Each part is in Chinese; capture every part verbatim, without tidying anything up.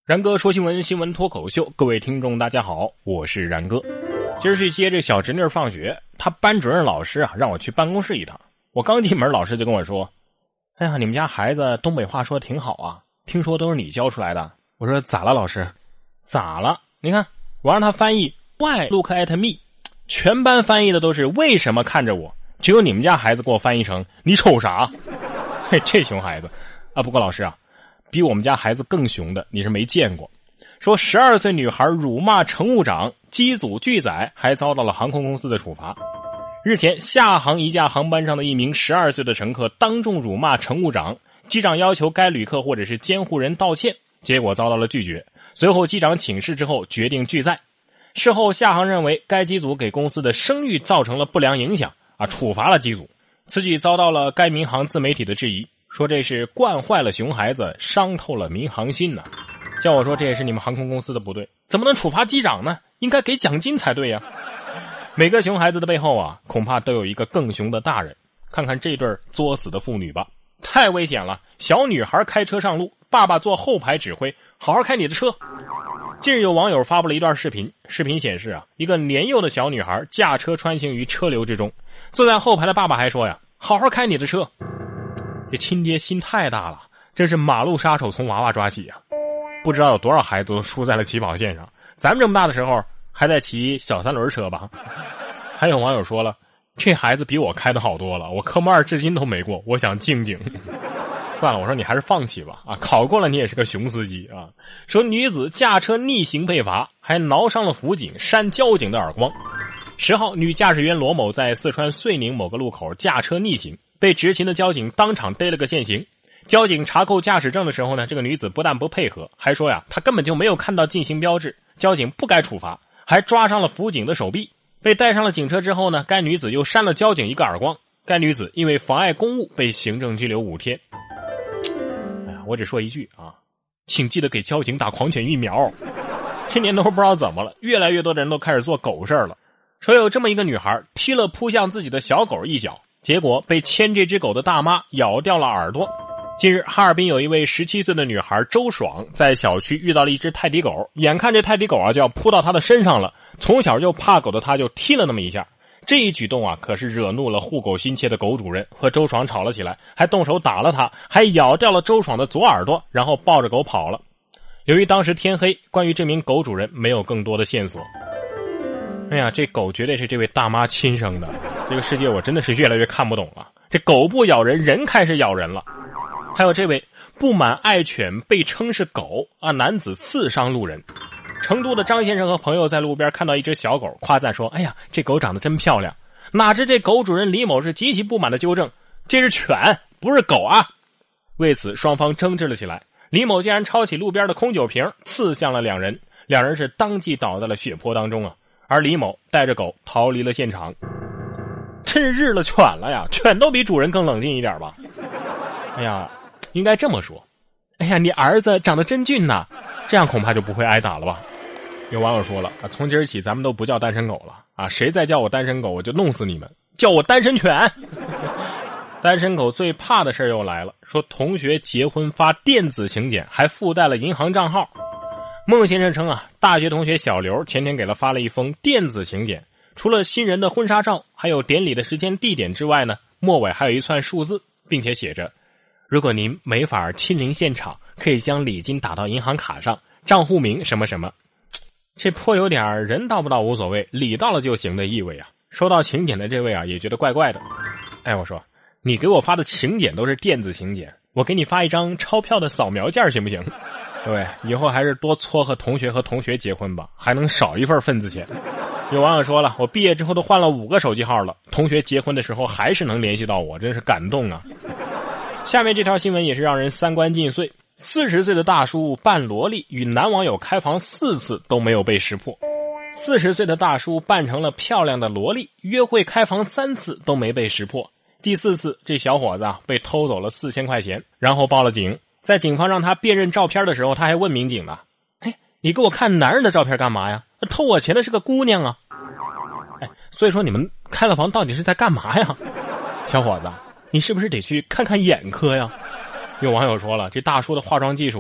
然哥说新闻，新闻脱口秀，各位听众大家好，我是然哥。今儿去接这小侄女放学，他班主任老师啊让我去办公室一趟。我刚进门，老师就跟我说：“哎呀，你们家孩子东北话说的挺好啊，听说都是你教出来的。”我说：“咋了，老师？咋了？你看我让他翻译 Why look at me， 全班翻译的都是为什么看着我，只有你们家孩子给我翻译成你瞅啥？嘿，这熊孩子啊！不过老师啊。”比我们家孩子更熊的你是没见过，说十二岁女孩辱骂乘务长，机组拒载，还遭到了航空公司的处罚。日前，厦航一架航班上的一名十二岁的乘客当众辱骂乘务长，机长要求该旅客或者是监护人道歉，结果遭到了拒绝。随后机长请示之后决定拒载。事后厦航认为该机组给公司的声誉造成了不良影响啊，处罚了机组。此举遭到了该民航自媒体的质疑，说这是惯坏了熊孩子，伤透了民航心呢。叫我说这也是你们航空公司的不对，怎么能处罚机长呢？应该给奖金才对呀。每个熊孩子的背后啊，恐怕都有一个更熊的大人。看看这对作死的父女吧，太危险了。小女孩开车上路，爸爸坐后排指挥，好好开你的车。近日有网友发布了一段视频，视频显示啊，一个年幼的小女孩驾车穿行于车流之中，坐在后排的爸爸还说呀，好好开你的车。这亲爹心太大了，真是马路杀手从娃娃抓起啊！不知道有多少孩子都输在了起跑线上，咱们这么大的时候还在骑小三轮车吧？还有网友说了，这孩子比我开的好多了，我科目二至今都没过，我想静静。算了，我说你还是放弃吧啊！考过了你也是个熊司机啊！说女子驾车逆行被罚，还挠伤了辅警，扇交警的耳光。十号，女驾驶员罗某在四川遂宁某个路口驾车逆行，被执勤的交警当场逮了个现行。交警查扣驾驶证的时候呢，这个女子不但不配合，还说呀，她根本就没有看到禁行标志，交警不该处罚，还抓伤了辅警的手臂。被带上了警车之后呢，该女子又扇了交警一个耳光。该女子因为妨碍公务被行政拘留五天。哎呀，我只说一句啊，请记得给交警打狂犬疫苗。这年头不知道怎么了，越来越多的人都开始做狗事儿了。说有这么一个女孩踢了扑向自己的小狗一脚，结果被牵这只狗的大妈咬掉了耳朵。近日，哈尔滨有一位十七岁的女孩周爽在小区遇到了一只泰迪狗，眼看这泰迪狗啊就要扑到她的身上了，从小就怕狗的她就踢了那么一下。这一举动啊可是惹怒了护狗心切的狗主人，和周爽吵了起来，还动手打了她，还咬掉了周爽的左耳朵，然后抱着狗跑了。由于当时天黑，关于这名狗主人没有更多的线索。哎呀，这狗绝对是这位大妈亲生的，这个世界我真的是越来越看不懂了。这狗不咬人，人开始咬人了。还有这位不满爱犬被称是狗啊，男子刺伤路人。成都的张先生和朋友在路边看到一只小狗，夸赞说，哎呀，这狗长得真漂亮。哪知这狗主人李某是极其不满的纠正，这是犬不是狗啊。为此双方争执了起来，李某竟然抄起路边的空酒瓶刺向了两人，两人是当即倒在了血泊当中啊。而李某带着狗逃离了现场。真是日了犬了呀，犬都比主人更冷静一点吧。哎呀，应该这么说，哎呀，你儿子长得真俊呐，这样恐怕就不会挨打了吧。有网友说了啊，从今儿起咱们都不叫单身狗了啊，谁再叫我单身狗我就弄死你们，叫我单身犬。单身狗最怕的事又来了，说同学结婚发电子请柬，还附带了银行账号。孟先生称啊，大学同学小刘前天给他发了一封电子请柬，除了新人的婚纱照还有典礼的时间地点之外呢，末尾还有一串数字，并且写着，如果您没法亲临现场，可以将礼金打到银行卡上，账户名什么什么。这颇有点人到不到无所谓，礼到了就行的意味啊。收到请柬的这位啊也觉得怪怪的。哎，我说你给我发的请柬都是电子请柬，我给你发一张钞票的扫描件行不行？对，以后还是多撮合同学和同学结婚吧，还能少一份份子钱。有网友说了，我毕业之后都换了五个手机号了，同学结婚的时候还是能联系到我，真是感动啊。下面这条新闻也是让人三观尽碎，四十岁的大叔扮萝莉与男网友开房四次都没有被识破。四十岁的大叔扮成了漂亮的萝莉，约会开房三次都没被识破。第四次，这小伙子啊被偷走了四千块钱，然后报了警。在警方让他辨认照片的时候，他还问民警呢：“哎，你给我看男人的照片干嘛呀？偷我钱的是个姑娘啊！”哎，所以说你们开了房到底是在干嘛呀？小伙子，你是不是得去看看眼科呀？有网友说了，这大叔的化妆技术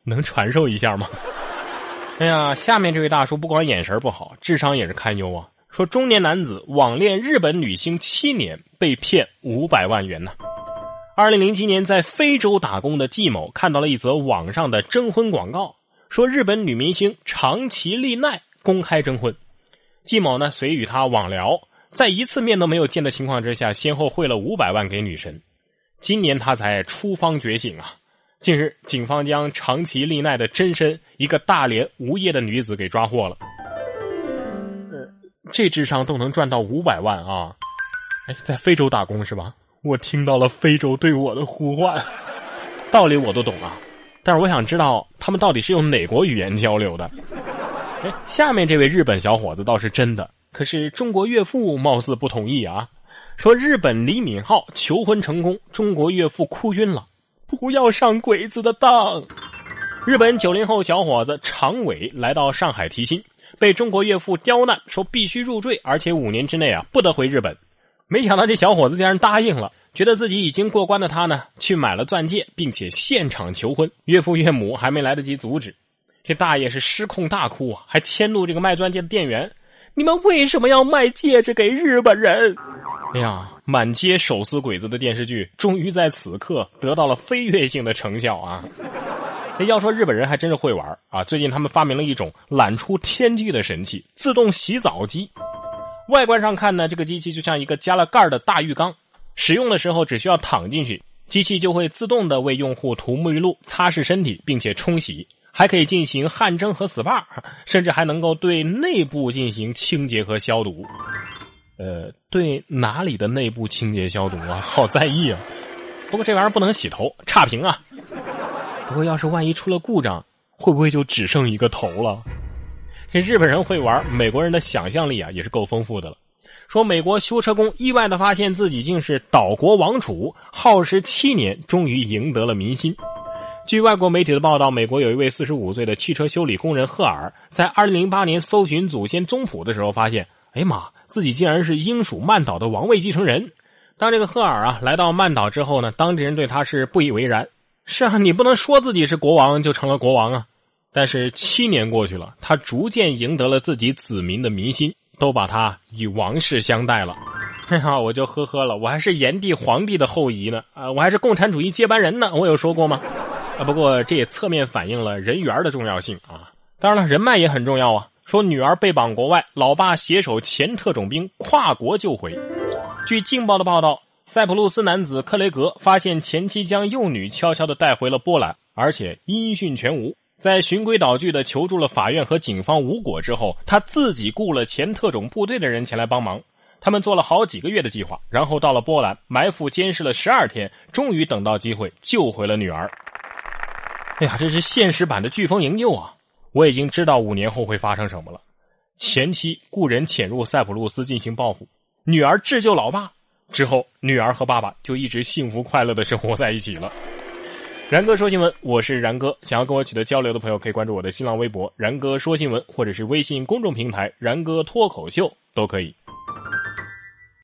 能传授一下吗？哎呀，下面这位大叔不光眼神不好，智商也是堪忧啊。说中年男子网恋日本女星七年，被骗五百万元呢。二零零七年在非洲打工的季某看到了一则网上的征婚广告，说日本女明星长崎丽奈公开征婚。季某呢随与她网聊，在一次面都没有见的情况之下，先后汇了五百万给女神。今年他才初方觉醒啊！近日，警方将长崎丽奈的真身，一个大连无业的女子给抓获了。呃，这智商都能赚到五百万啊！哎，在非洲打工是吧？我听到了非洲对我的呼唤，道理我都懂啊，但是我想知道他们到底是用哪国语言交流的。哎，下面这位日本小伙子倒是真的，可是中国岳父貌似不同意啊。说日本李敏镐求婚成功，中国岳父哭晕了，不要上鬼子的当。日本九零后小伙子常伟来到上海提亲，被中国岳父刁难，说必须入赘，而且五年之内啊不得回日本。没想到这小伙子竟然答应了，觉得自己已经过关的他呢，去买了钻戒，并且现场求婚。岳父岳母还没来得及阻止，这大爷是失控大哭啊，还迁怒这个卖钻戒的店员：“你们为什么要卖戒指给日本人？”哎呀，满街手撕鬼子的电视剧终于在此刻得到了飞跃性的成效啊！要说日本人还真是会玩啊！最近他们发明了一种揽出天机的神器——自动洗澡机。外观上看呢，这个机器就像一个加了盖的大浴缸，使用的时候只需要躺进去，机器就会自动的为用户涂沐浴露、擦拭身体，并且冲洗，还可以进行汗蒸和 S P A， 甚至还能够对内部进行清洁和消毒。呃，对哪里的内部清洁消毒啊？好在意啊！不过这玩意儿不能洗头，差评啊！不过要是万一出了故障，会不会就只剩一个头了？这日本人会玩，美国人的想象力啊也是够丰富的了。说美国修车工意外的发现自己竟是岛国王储，耗时七年，终于赢得了民心。据外国媒体的报道，美国有一位四十五岁的汽车修理工人赫尔，在二零零八年搜寻祖先宗谱的时候发现，哎妈，自己竟然是英属曼岛的王位继承人。当这个赫尔啊来到曼岛之后呢，当地人对他是不以为然。是啊，你不能说自己是国王就成了国王啊。但是七年过去了，他逐渐赢得了自己子民的民心，都把他与王室相待了。哎呀，我就呵呵了，我还是炎帝皇帝的后裔呢，啊，我还是共产主义接班人呢，我有说过吗？啊，不过这也侧面反映了人缘的重要性啊。当然了，人脉也很重要啊。说女儿被绑国外，老爸携手前特种兵跨国救回。据《镜报》的报道，塞浦路斯男子克雷格发现前妻将幼女悄悄地带回了波兰，而且音讯全无。在循规蹈矩地求助了法院和警方无果之后，他自己雇了前特种部队的人前来帮忙。他们做了好几个月的计划，然后到了波兰，埋伏监视了十二天，终于等到机会救回了女儿。哎呀，这是现实版的飓风营救啊！我已经知道五年后会发生什么了。前妻雇人潜入塞浦路斯进行报复，女儿智救老爸，之后女儿和爸爸就一直幸福快乐的生活在一起了。然哥说新闻，我是然哥，想要跟我取得交流的朋友可以关注我的新浪微博然哥说新闻，或者是微信公众平台然哥脱口秀都可以。